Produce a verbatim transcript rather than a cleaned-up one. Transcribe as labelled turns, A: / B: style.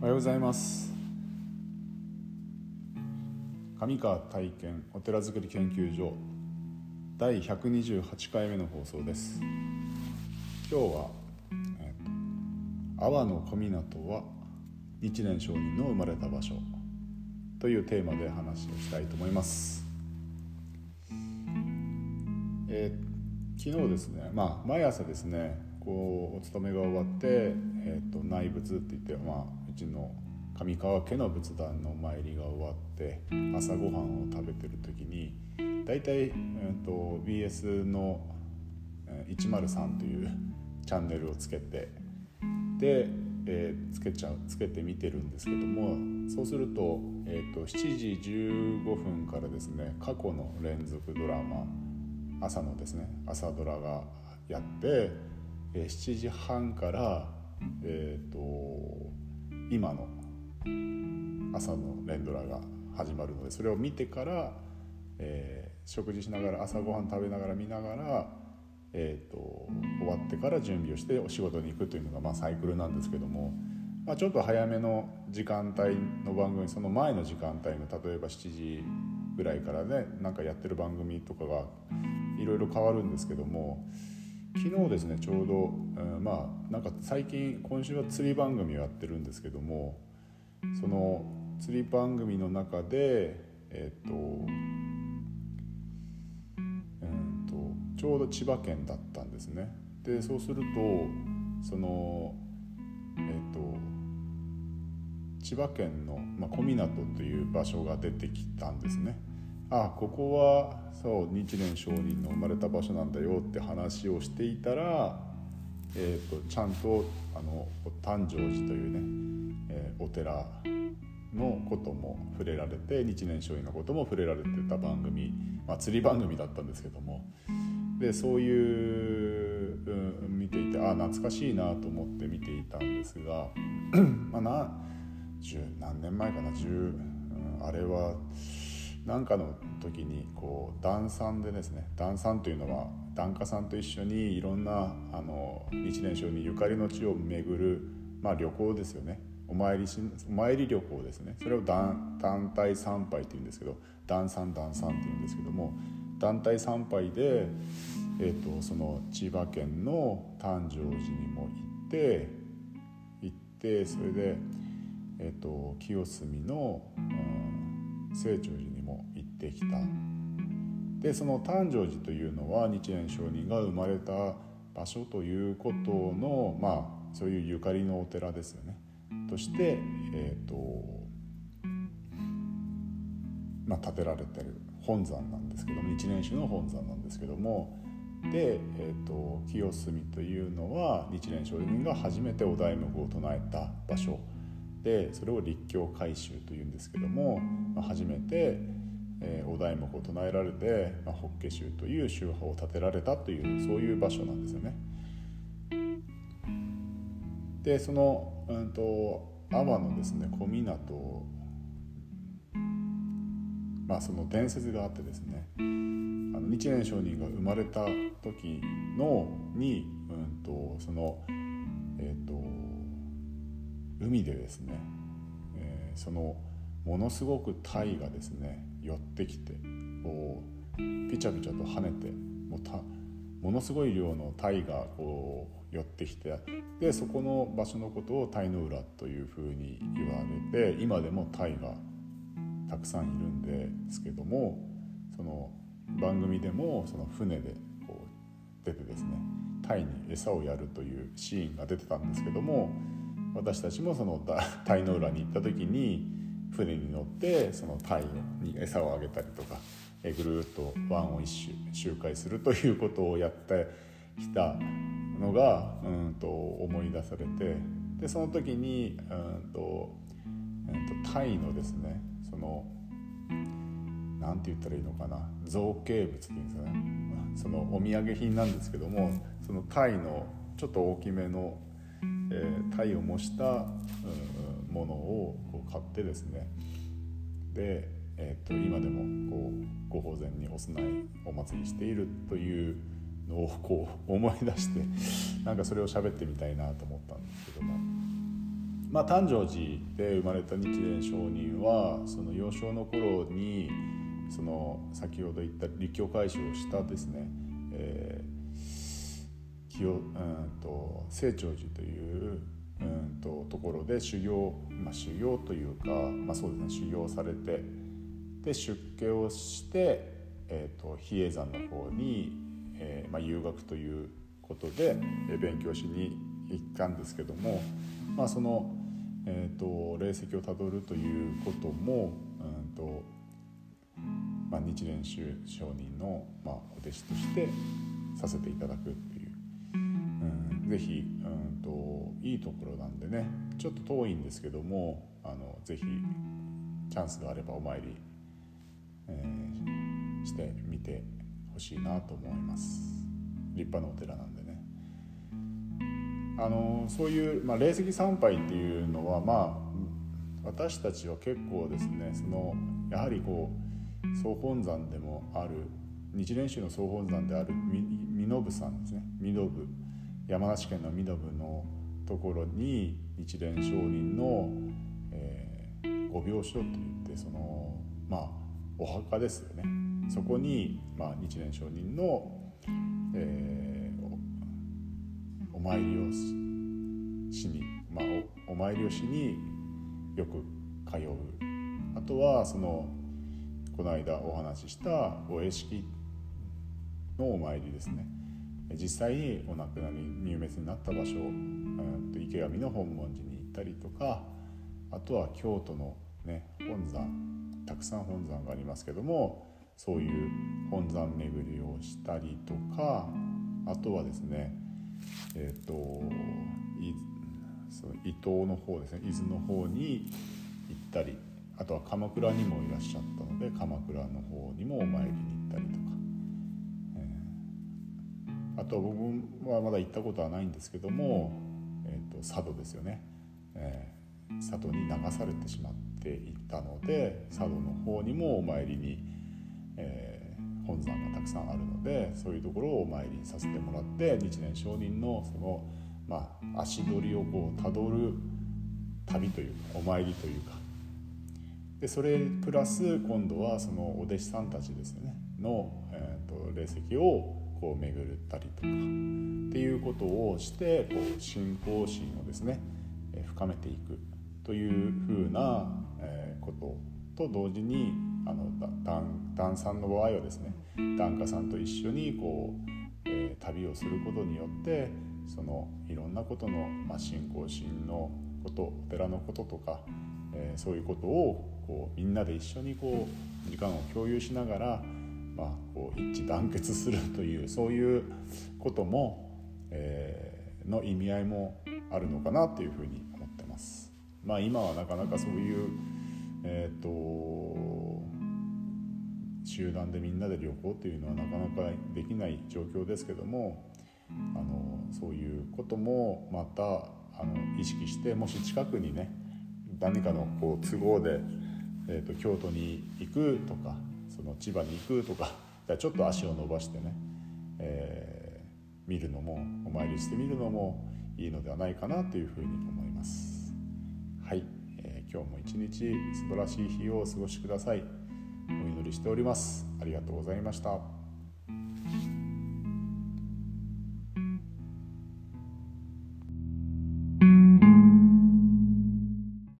A: おはようございます。上川体験お寺づくり研究所だいひゃくにじゅうはちかいめの放送です。今日は、えー、阿波の小湊は日蓮聖人の生まれた場所というテーマで話をしたいと思います。えー、昨日ですね、まあ、毎朝ですねこうお勤めが終わって、えー、と内仏って言って、まあ、うちの上川家の仏壇の参りが終わって朝ごはんを食べてる時にだいたい、えー、と ビーエス のいちまるさんというチャンネルをつけてで、えー、つけちゃうつけて見てるんですけども、そうすると、えー、としちじじゅうごふんからですね過去の連続ドラマ朝のですね朝ドラがやって、えー、しちじはんから、えー、と今の朝の連ドラが始まるので、それを見てから、えー、食事しながら朝ごはん食べながら見ながら、えー、と終わってから準備をしてお仕事に行くというのが、まあ、サイクルなんですけども、まあ、ちょっと早めの時間帯の番組、その前の時間帯の例えばしちじぐらいからねなんかやってる番組とかがいろいろ変わるんですけども、昨日ですねちょうど、うん、まあなんか最近今週は釣り番組をやってるんですけども、その釣り番組の中でえっと、うんとちょうど千葉県だったんですね。でそうするとそのえっと千葉県の、まあ、小湊という場所が出てきたんですね。あ、ここはそう日蓮聖人の生まれた場所なんだよって話をしていたら、えー、とちゃんとあの誕生寺というね、えー、お寺のことも触れられて、日蓮聖人のことも触れられてた番組、まあ、釣り番組だったんですけども、でそういう、うん、見ていてあ懐かしいなと思って見ていたんですがまあな十何年前かな十、うん、あれはなんかの時にこう壇山でですね、壇山というのは檀家さんと一緒にいろんなあの日蓮聖人ゆかりの地を巡る、まあ、旅行ですよね。お参りしお参り旅行ですね。それを団団体参拝というんですけど、壇山壇山っていうんですけども、団体参拝で、えー、とその千葉県の誕生寺にも行って行ってそれで、えー、と清澄の、うん、清張寺にも行ってきた。でその誕生寺というのは日蓮聖人が生まれた場所ということの、まあそういうゆかりのお寺ですよねとして、えーとまあ、建てられている本山なんですけども、日蓮宗の本山なんですけども、で、えーと清澄というのは日蓮聖人が初めてお題目を唱えた場所で、それを立教改宗というんですけども、まあ、初めて、えー、お題目を唱えられて、まあ、法華宗という宗派を建てられたというそういう場所なんですよね。でその、うん、と阿波のですね小湊、まあその伝説があってですね、あの日蓮聖人が生まれた時のに、うん、とそのえっ、ー、と海でですね、えー、そのものすごく鯛がですね寄ってきてこうピチャピチャと跳ねてもうたものすごい量の鯛がこう寄ってきて、でそこの場所のことを鯛の浦というふうに言われて、今でも鯛がたくさんいるんですけども、その番組でもその船でこう出てですね鯛に餌をやるというシーンが出てたんですけども、私たちもその鯛の浦に行った時に船に乗ってその鯛に餌をあげたりとか、えぐるっと湾を一周周回するということをやってきたのがうんと思い出されて、でその時にうんとうんと鯛のですねそのなんて言ったらいいのかな、造形物っていうんですかね、そのお土産品なんですけども、その鯛のちょっと大きめのえー、鯛を模した、うん、ものをこう買ってですね、で、えー、と今でもこうご法前にお供えお祭りしているというのをこう思い出してなんかそれを喋ってみたいなと思ったんですけども、 まあ、誕生寺で生まれた日蓮上人はその幼少の頃にその先ほど言った立教開始をしたですね、えー、清、うんと清張寺といううんとところで修行、まあ、修行というか、まあ、そうですね修行されてで出家をして、えー、と比叡山の方に、えーまあ、遊学ということで勉強しに行ったんですけども、まあ、その、えー、と霊石をたどるということも、うんとまあ、日蓮上人の、まあ、お弟子としてさせていただくっていう、うん、ぜひ、うんといいところなんでねちょっと遠いんですけどもあのぜひチャンスがあればお参り、えー、してみてほしいなと思います。立派なお寺なんでねあのそういう、まあ、霊石参拝っていうのは、まあ、私たちは結構ですねそのやはりこう総本山でもある日蓮宗の総本山である身延山ですね身延山梨県の身延のところに日蓮上人の、えー、ご病所といってそのまあお墓ですよねそこに、まあ、日蓮上人の、えー、お, お参りをしに、まあ、お, お参りをしによく通うあとはそのこの間お話ししたお会敷のお参りですね実際にお亡くなり入滅になった場所、うん、池上の本門寺に行ったりとかあとは京都の、ね、本山たくさん本山がありますけどもそういう本山巡りをしたりとかあとはですねえっ、ー、といその伊東の方ですね伊豆の方に行ったりあとは鎌倉にもいらっしゃったので鎌倉の方にもお参りに行ったりとか、えー、あとは僕はまだ行ったことはないんですけども、えー、と佐渡ですよね、えー、佐渡に流されてしまっていたので佐渡の方にもお参りに、えー、本山がたくさんあるのでそういうところをお参りさせてもらって日蓮上人のその、まあ、足取りをこうたどる旅というかお参りというかでそれプラス今度はそのお弟子さんたちですねの、えー、と霊石をこう巡ったりとかっていうことをしてこう信仰心をですね、えー、深めていくというふうな、えー、ことと同時にあの檀さんの場合はですね檀家さんと一緒にこう、えー、旅をすることによってそのいろんなことの、まあ、信仰心のことお寺のこととか、えー、そういうことをこうみんなで一緒にこう時間を共有しながら、まあ、こう一致団結するというそういうことも、えー、の意味合いもあるのかなというふうに思ってます。まあ、今はなかなかそういう、えーと、集団でみんなで旅行というのはなかなかできない状況ですけどもあのそういうこともまたあの意識してもし近くにね何かのこう都合でえー、と京都に行くとかその千葉に行くとかちょっと足を伸ばしてね、えー、見るのもお参りしてみるのもいいのではないかなというふうに思います。はい、えー、今日も一日素晴らしい日をお過ごしください。お祈りしております。ありがとうございました。